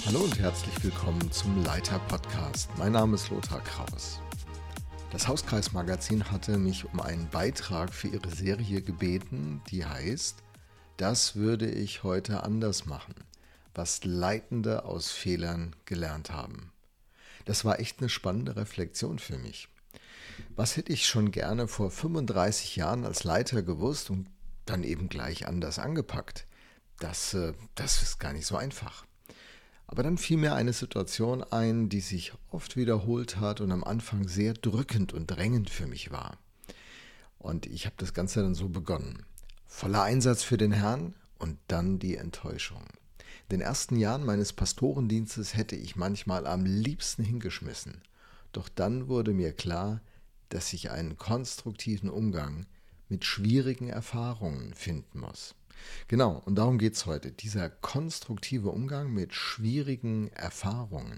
Hallo und herzlich willkommen zum Leiter-Podcast. Mein Name ist Lothar Kraus. Das Hauskreis-Magazin hatte mich um einen Beitrag für ihre Serie gebeten, die heißt „Das würde ich heute anders machen, was Leitende aus Fehlern gelernt haben." Das war echt eine spannende Reflexion für mich. Was hätte ich schon gerne vor 35 Jahren als Leiter gewusst und dann eben gleich anders angepackt? Das ist gar nicht so einfach. Aber dann fiel mir eine Situation ein, die sich oft wiederholt hat und am Anfang sehr drückend und drängend für mich war. Und ich habe das Ganze dann so begonnen. Voller Einsatz für den Herrn und dann die Enttäuschung. In den ersten Jahren meines Pastorendienstes hätte ich manchmal am liebsten hingeschmissen. Doch dann wurde mir klar, dass ich einen konstruktiven Umgang mit schwierigen Erfahrungen finden muss. Genau, und darum geht es heute. Dieser konstruktive Umgang mit schwierigen Erfahrungen.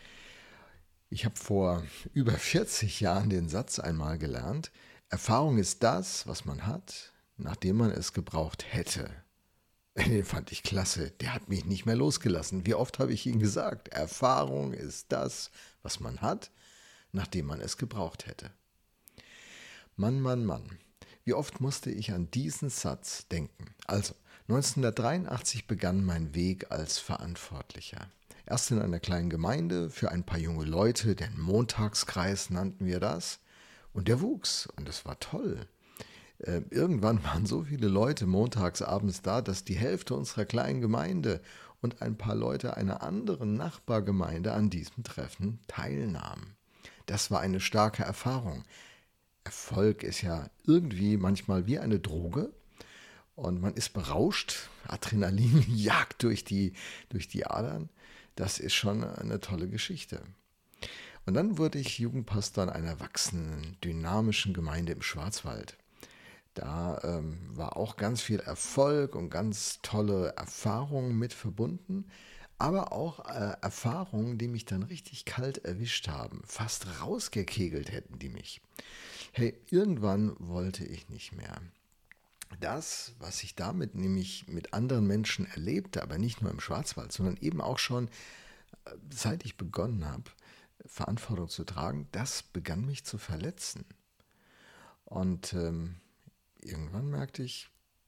Ich habe vor über 40 Jahren den Satz einmal gelernt: Erfahrung ist das, was man hat, nachdem man es gebraucht hätte. Den fand ich klasse. Der hat mich nicht mehr losgelassen. Wie oft habe ich Ihnen gesagt, Erfahrung ist das, was man hat, nachdem man es gebraucht hätte. Mann, Mann, Mann. Wie oft musste ich an diesen Satz denken? Also, 1983 begann mein Weg als Verantwortlicher. Erst in einer kleinen Gemeinde für ein paar junge Leute, den Montagskreis nannten wir das. Und der wuchs und es war toll. Irgendwann waren so viele Leute montags abends da, dass die Hälfte unserer kleinen Gemeinde und ein paar Leute einer anderen Nachbargemeinde an diesem Treffen teilnahmen. Das war eine starke Erfahrung. Erfolg ist ja irgendwie manchmal wie eine Droge und man ist berauscht, Adrenalin jagt durch die Adern. Das ist schon eine tolle Geschichte. Und dann wurde ich Jugendpastor in einer wachsenden, dynamischen Gemeinde im Schwarzwald. Da war auch ganz viel Erfolg und ganz tolle Erfahrungen mit verbunden, aber auch Erfahrungen, die mich dann richtig kalt erwischt haben. Fast rausgekegelt hätten die mich. Hey, irgendwann wollte ich nicht mehr. Das, was ich damit nämlich mit anderen Menschen erlebte, aber nicht nur im Schwarzwald, sondern eben auch schon, seit ich begonnen habe, Verantwortung zu tragen, das begann mich zu verletzen. Und irgendwann merkte ich,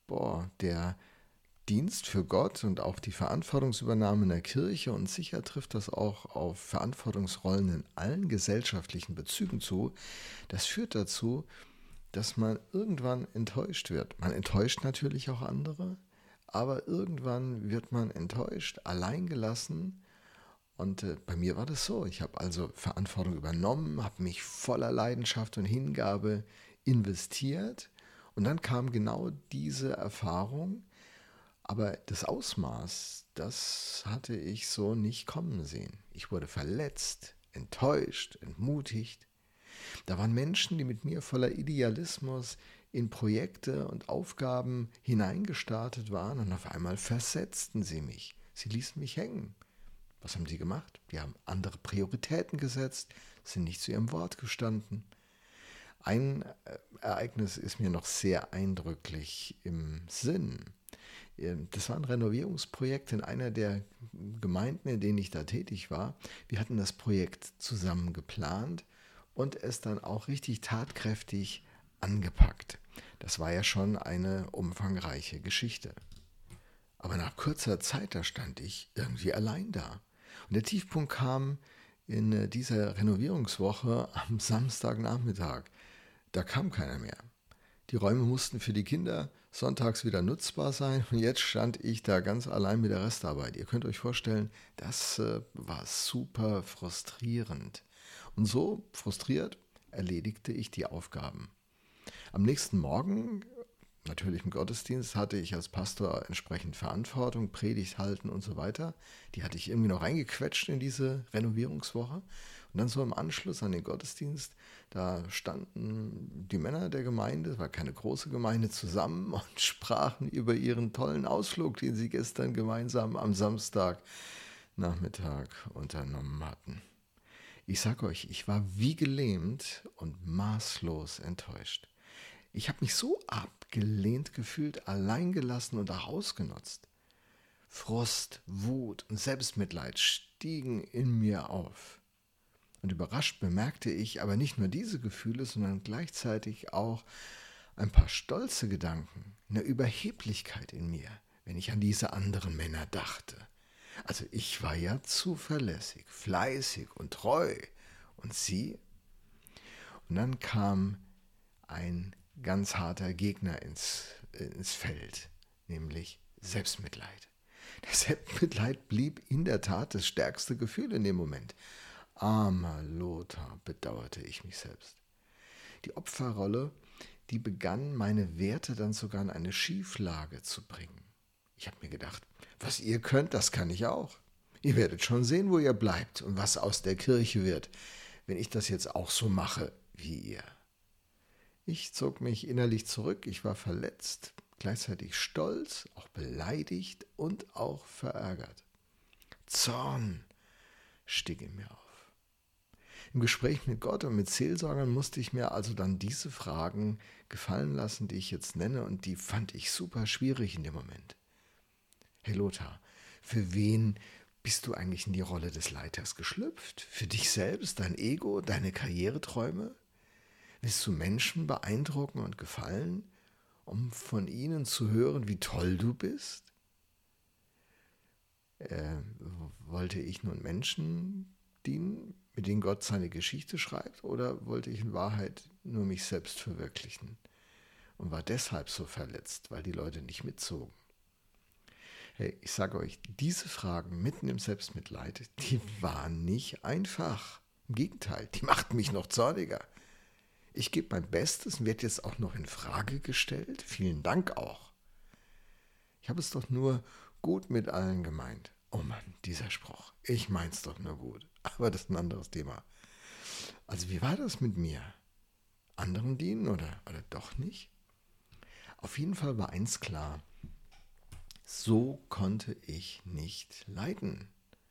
der Dienst für Gott und auch die Verantwortungsübernahme in der Kirche, und sicher trifft das auch auf Verantwortungsrollen in allen gesellschaftlichen Bezügen zu, das führt dazu, dass man irgendwann enttäuscht wird. Man enttäuscht natürlich auch andere, aber irgendwann wird man enttäuscht, alleingelassen. Und bei mir war das so. Ich habe also Verantwortung übernommen, habe mich voller Leidenschaft und Hingabe investiert. Und dann kam genau diese Erfahrung. Aber das Ausmaß, das hatte ich so nicht kommen sehen. Ich wurde verletzt, enttäuscht, entmutigt. Da waren Menschen, die mit mir voller Idealismus in Projekte und Aufgaben hineingestartet waren und auf einmal versetzten sie mich. Sie ließen mich hängen. Was haben sie gemacht? Die haben andere Prioritäten gesetzt, sind nicht zu ihrem Wort gestanden. Ein Ereignis ist mir noch sehr eindrücklich im Sinn. Das war ein Renovierungsprojekt in einer der Gemeinden, in denen ich da tätig war. Wir hatten das Projekt zusammen geplant und es dann auch richtig tatkräftig angepackt. Das war ja schon eine umfangreiche Geschichte. Aber nach kurzer Zeit, da stand ich irgendwie allein da. Und der Tiefpunkt kam in dieser Renovierungswoche am Samstagnachmittag. Da kam keiner mehr. Die Räume mussten für die Kinder sonntags wieder nutzbar sein und jetzt stand ich da ganz allein mit der Restarbeit. Ihr könnt euch vorstellen, das war super frustrierend. Und so frustriert erledigte ich die Aufgaben. Am nächsten Morgen, natürlich im Gottesdienst, hatte ich als Pastor entsprechend Verantwortung, Predigt halten und so weiter. Die hatte ich irgendwie noch reingequetscht in diese Renovierungswoche. Und dann so im Anschluss an den Gottesdienst, da standen die Männer der Gemeinde, es war keine große Gemeinde, zusammen und sprachen über ihren tollen Ausflug, den sie gestern gemeinsam am Samstagnachmittag unternommen hatten. Ich sag euch, ich war wie gelähmt und maßlos enttäuscht. Ich habe mich so abgelehnt gefühlt, alleingelassen und auch ausgenutzt. Frust, Wut und Selbstmitleid stiegen in mir auf. Und überrascht bemerkte ich aber nicht nur diese Gefühle, sondern gleichzeitig auch ein paar stolze Gedanken, eine Überheblichkeit in mir, wenn ich an diese anderen Männer dachte. Also ich war ja zuverlässig, fleißig und treu. Und sie? Und dann kam ein ganz harter Gegner ins Feld, nämlich Selbstmitleid. Das Selbstmitleid blieb in der Tat das stärkste Gefühl in dem Moment. Armer Lothar, bedauerte ich mich selbst. Die Opferrolle, die begann, meine Werte dann sogar in eine Schieflage zu bringen. Ich habe mir gedacht, was ihr könnt, das kann ich auch. Ihr werdet schon sehen, wo ihr bleibt und was aus der Kirche wird, wenn ich das jetzt auch so mache wie ihr. Ich zog mich innerlich zurück, ich war verletzt, gleichzeitig stolz, auch beleidigt und auch verärgert. Zorn stieg in mir auf. Im Gespräch mit Gott und mit Seelsorgern musste ich mir also dann diese Fragen gefallen lassen, die ich jetzt nenne, und die fand ich super schwierig in dem Moment. Hey Lothar, für wen bist du eigentlich in die Rolle des Leiters geschlüpft? Für dich selbst, dein Ego, deine Karriereträume? Willst du Menschen beeindrucken und gefallen, um von ihnen zu hören, wie toll du bist? Wollte ich nun Menschen dienen, mit denen Gott seine Geschichte schreibt, oder wollte ich in Wahrheit nur mich selbst verwirklichen und war deshalb so verletzt, weil die Leute nicht mitzogen? Hey, ich sage euch, diese Fragen mitten im Selbstmitleid, die waren nicht einfach. Im Gegenteil, die machten mich noch zorniger. Ich gebe mein Bestes und werde jetzt auch noch in Frage gestellt. Vielen Dank auch. Ich habe es doch nur gut mit allen gemeint. Oh Mann, dieser Spruch. Ich mein's doch nur gut. Aber das ist ein anderes Thema. Also wie war das mit mir? Anderen dienen oder doch nicht? Auf jeden Fall war eins klar. So konnte ich nicht leiden.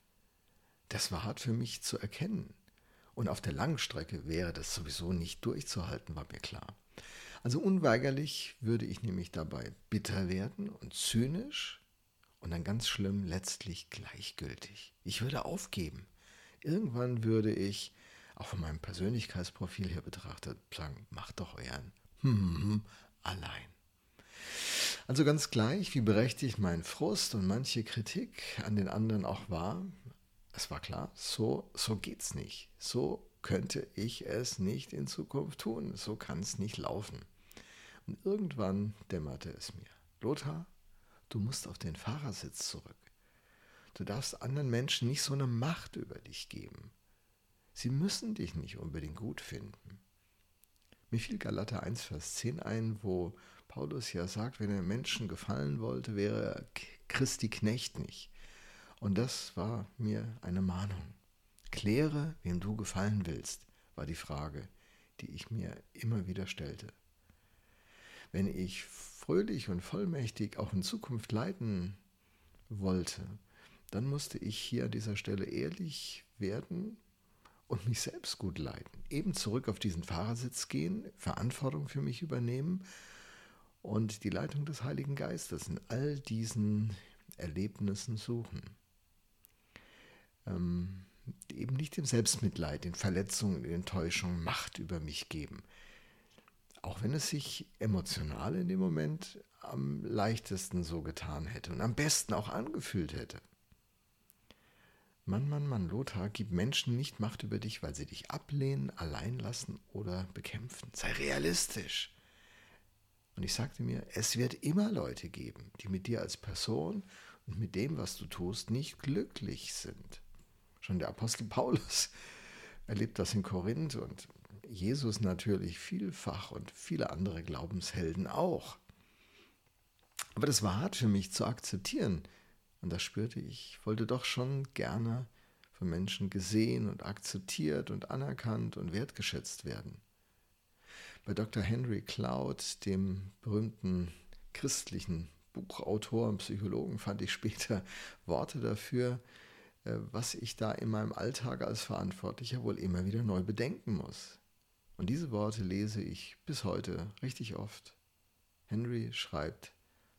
Das war hart für mich zu erkennen. Und auf der langen Strecke wäre das sowieso nicht durchzuhalten, war mir klar. Also unweigerlich würde ich nämlich dabei bitter werden und zynisch und dann ganz schlimm letztlich gleichgültig. Ich würde aufgeben. Irgendwann würde ich, auch von meinem Persönlichkeitsprofil her betrachtet, sagen, macht doch euren allein. Also ganz gleich, wie berechtigt mein Frust und manche Kritik an den anderen auch war, es war klar, so geht's nicht. So könnte ich es nicht in Zukunft tun. So kann es nicht laufen. Und irgendwann dämmerte es mir. Lothar, du musst auf den Fahrersitz zurück. Du darfst anderen Menschen nicht so eine Macht über dich geben. Sie müssen dich nicht unbedingt gut finden. Mir fiel Galater 1, Vers 10 ein, wo Paulus ja sagt, wenn er Menschen gefallen wollte, wäre er Christi Knecht nicht. Und das war mir eine Mahnung. Kläre, wem du gefallen willst, war die Frage, die ich mir immer wieder stellte. Wenn ich fröhlich und vollmächtig auch in Zukunft leiten wollte, dann musste ich hier an dieser Stelle ehrlich werden und mich selbst gut leiten. Eben zurück auf diesen Fahrersitz gehen, Verantwortung für mich übernehmen und die Leitung des Heiligen Geistes in all diesen Erlebnissen suchen. Eben nicht dem Selbstmitleid, den Verletzungen, den Enttäuschungen Macht über mich geben. Auch wenn es sich emotional in dem Moment am leichtesten so getan hätte und am besten auch angefühlt hätte. Mann, Lothar, gib Menschen nicht Macht über dich, weil sie dich ablehnen, allein lassen oder bekämpfen. Sei realistisch. Und ich sagte mir, es wird immer Leute geben, die mit dir als Person und mit dem, was du tust, nicht glücklich sind. Schon der Apostel Paulus erlebt das in Korinth und Jesus natürlich vielfach und viele andere Glaubenshelden auch. Aber das war hart für mich zu akzeptieren. Und das spürte ich, wollte doch schon gerne von Menschen gesehen und akzeptiert und anerkannt und wertgeschätzt werden. Bei Dr. Henry Cloud, dem berühmten christlichen Buchautor und Psychologen, fand ich später Worte dafür, was ich da in meinem Alltag als Verantwortlicher wohl immer wieder neu bedenken muss. Und diese Worte lese ich bis heute richtig oft. Henry schreibt,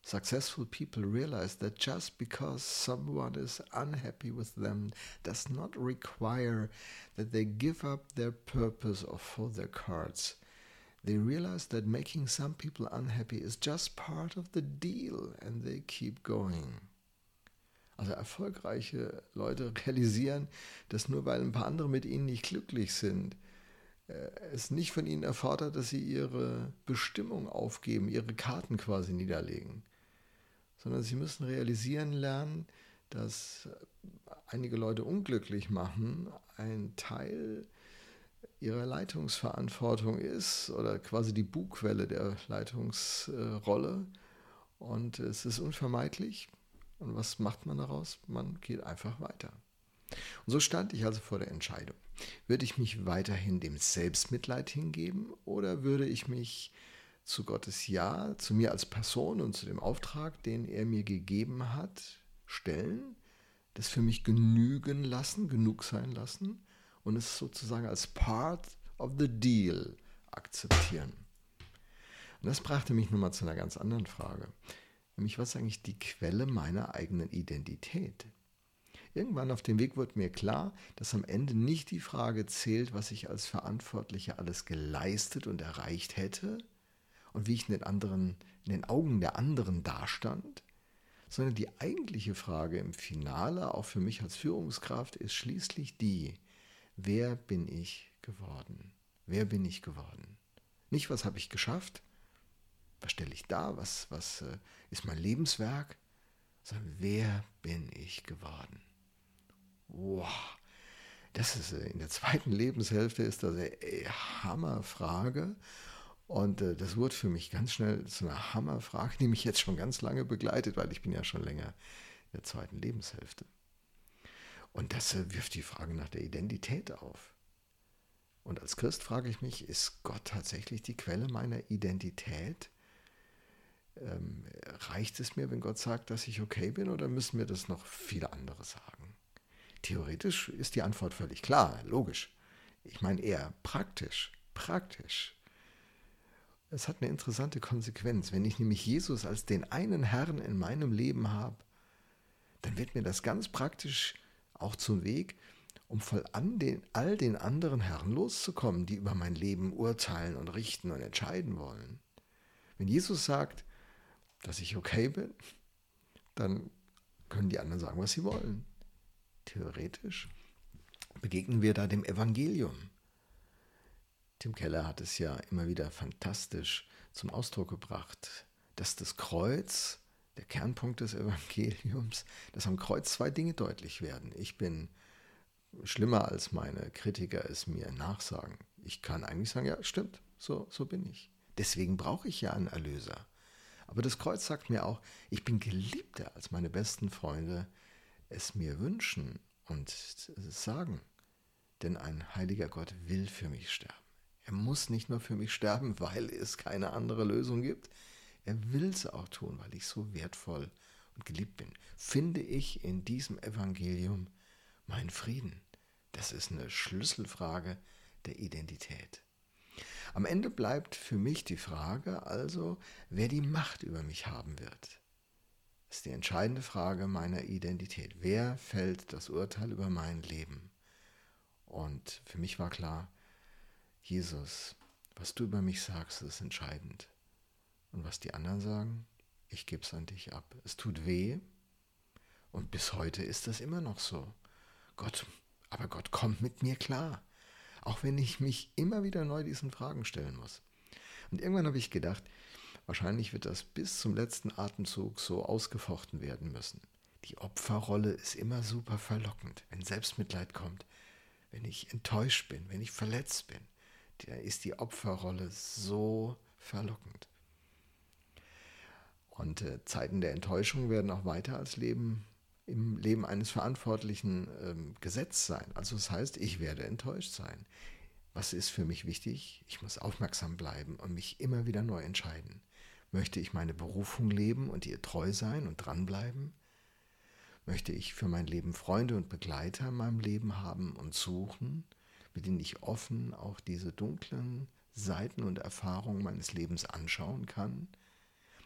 Successful people realize that just because someone is unhappy with them does not require that they give up their purpose or fold their cards. They realize that making some people unhappy is just part of the deal and they keep going. Also erfolgreiche Leute realisieren, dass nur weil ein paar andere mit ihnen nicht glücklich sind, es nicht von ihnen erfordert, dass sie ihre Bestimmung aufgeben, ihre Karten quasi niederlegen, sondern sie müssen realisieren lernen, dass einige Leute unglücklich machen, ein Teil ihrer Leitungsverantwortung ist oder quasi die Bugwelle der Leitungsrolle und es ist unvermeidlich. Und was macht man daraus? Man geht einfach weiter. Und so stand ich also vor der Entscheidung. Würde ich mich weiterhin dem Selbstmitleid hingeben oder würde ich mich zu Gottes Ja, zu mir als Person und zu dem Auftrag, den er mir gegeben hat, stellen, das für mich genügen lassen, genug sein lassen und es sozusagen als Part of the Deal akzeptieren? Und das brachte mich nun mal zu einer ganz anderen Frage. Nämlich, was ist eigentlich die Quelle meiner eigenen Identität? Irgendwann auf dem Weg wurde mir klar, dass am Ende nicht die Frage zählt, was ich als Verantwortlicher alles geleistet und erreicht hätte und wie ich in den Augen der anderen dastand, sondern die eigentliche Frage im Finale, auch für mich als Führungskraft, ist schließlich die: Wer bin ich geworden? Wer bin ich geworden? Nicht, was habe ich geschafft? Was stelle ich dar? Was ist mein Lebenswerk? Sondern wer bin ich geworden? Wow, das ist in der zweiten Lebenshälfte ist das eine Hammerfrage. Und das wurde für mich ganz schnell zu einer Hammerfrage, die mich jetzt schon ganz lange begleitet, weil ich bin ja schon länger in der zweiten Lebenshälfte. Und das wirft die Frage nach der Identität auf. Und als Christ frage ich mich, ist Gott tatsächlich die Quelle meiner Identität? Reicht es mir, wenn Gott sagt, dass ich okay bin, oder müssen mir das noch viele andere sagen? Theoretisch ist die Antwort völlig klar, logisch. Ich meine eher praktisch. Es hat eine interessante Konsequenz. Wenn ich nämlich Jesus als den einen Herrn in meinem Leben habe, dann wird mir das ganz praktisch auch zum Weg, um von all den anderen Herren loszukommen, die über mein Leben urteilen und richten und entscheiden wollen. Wenn Jesus sagt, dass ich okay bin, dann können die anderen sagen, was sie wollen. Theoretisch begegnen wir da dem Evangelium. Tim Keller hat es ja immer wieder fantastisch zum Ausdruck gebracht, dass das Kreuz, der Kernpunkt des Evangeliums, dass am Kreuz zwei Dinge deutlich werden. Ich bin schlimmer, als meine Kritiker es mir nachsagen. Ich kann eigentlich sagen, ja, stimmt, so bin ich. Deswegen brauche ich ja einen Erlöser. Aber das Kreuz sagt mir auch, ich bin geliebter, als meine besten Freunde es mir wünschen und sagen. Denn ein heiliger Gott will für mich sterben. Er muss nicht nur für mich sterben, weil es keine andere Lösung gibt. Er will es auch tun, weil ich so wertvoll und geliebt bin. Finde ich in diesem Evangelium meinen Frieden? Das ist eine Schlüsselfrage der Identität. Am Ende bleibt für mich die Frage also, wer die Macht über mich haben wird. Das ist die entscheidende Frage meiner Identität. Wer fällt das Urteil über mein Leben? Und für mich war klar, Jesus, was du über mich sagst, ist entscheidend. Und was die anderen sagen, ich gebe es an dich ab. Es tut weh und bis heute ist das immer noch so. Aber Gott kommt mit mir klar. Auch wenn ich mich immer wieder neu diesen Fragen stellen muss. Und irgendwann habe ich gedacht, wahrscheinlich wird das bis zum letzten Atemzug so ausgefochten werden müssen. Die Opferrolle ist immer super verlockend, wenn Selbstmitleid kommt, wenn ich enttäuscht bin, wenn ich verletzt bin. Da ist die Opferrolle so verlockend. Und Zeiten der Enttäuschung werden auch weiter als im Leben eines Verantwortlichen gesetzt sein. Also das heißt, ich werde enttäuscht sein. Was ist für mich wichtig? Ich muss aufmerksam bleiben und mich immer wieder neu entscheiden. Möchte ich meine Berufung leben und ihr treu sein und dranbleiben? Möchte ich für mein Leben Freunde und Begleiter in meinem Leben haben und suchen, mit denen ich offen auch diese dunklen Seiten und Erfahrungen meines Lebens anschauen kann?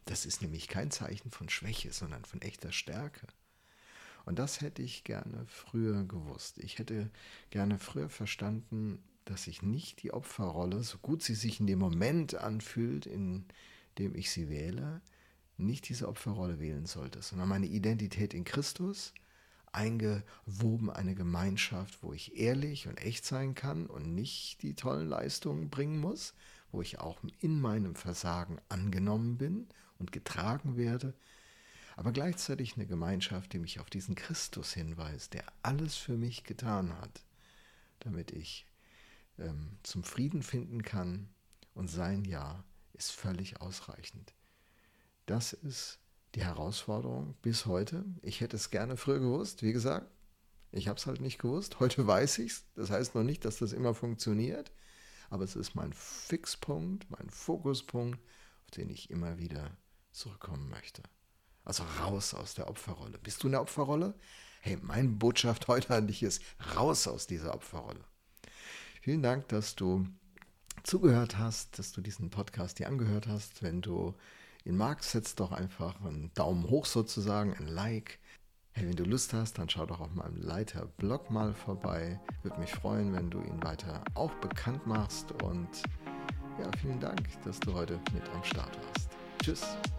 Das ist nämlich kein Zeichen von Schwäche, sondern von echter Stärke. Und das hätte ich gerne früher gewusst. Ich hätte gerne früher verstanden, dass ich nicht die Opferrolle, so gut sie sich in dem Moment anfühlt, in dem ich sie wähle, nicht diese Opferrolle wählen sollte, sondern meine Identität in Christus, eingewoben eine Gemeinschaft, wo ich ehrlich und echt sein kann und nicht die tollen Leistungen bringen muss, wo ich auch in meinem Versagen angenommen bin und getragen werde, aber gleichzeitig eine Gemeinschaft, die mich auf diesen Christus hinweist, der alles für mich getan hat, damit ich zum Frieden finden kann, und sein Ja ist völlig ausreichend. Das ist die Herausforderung bis heute. Ich hätte es gerne früher gewusst, wie gesagt. Ich habe es halt nicht gewusst. Heute weiß ich es. Das heißt noch nicht, dass das immer funktioniert. Aber es ist mein Fixpunkt, mein Fokuspunkt, auf den ich immer wieder zurückkommen möchte. Also raus aus der Opferrolle. Bist du in der Opferrolle? Hey, meine Botschaft heute an dich ist, raus aus dieser Opferrolle. Vielen Dank, dass du zugehört hast, dass du diesen Podcast dir angehört hast. Wenn du ihn magst, setz doch einfach einen Daumen hoch sozusagen, ein Like. Hey, wenn du Lust hast, dann schau doch auf meinem Leiter-Blog mal vorbei. Würde mich freuen, wenn du ihn weiter auch bekannt machst. Und ja, vielen Dank, dass du heute mit am Start warst. Tschüss.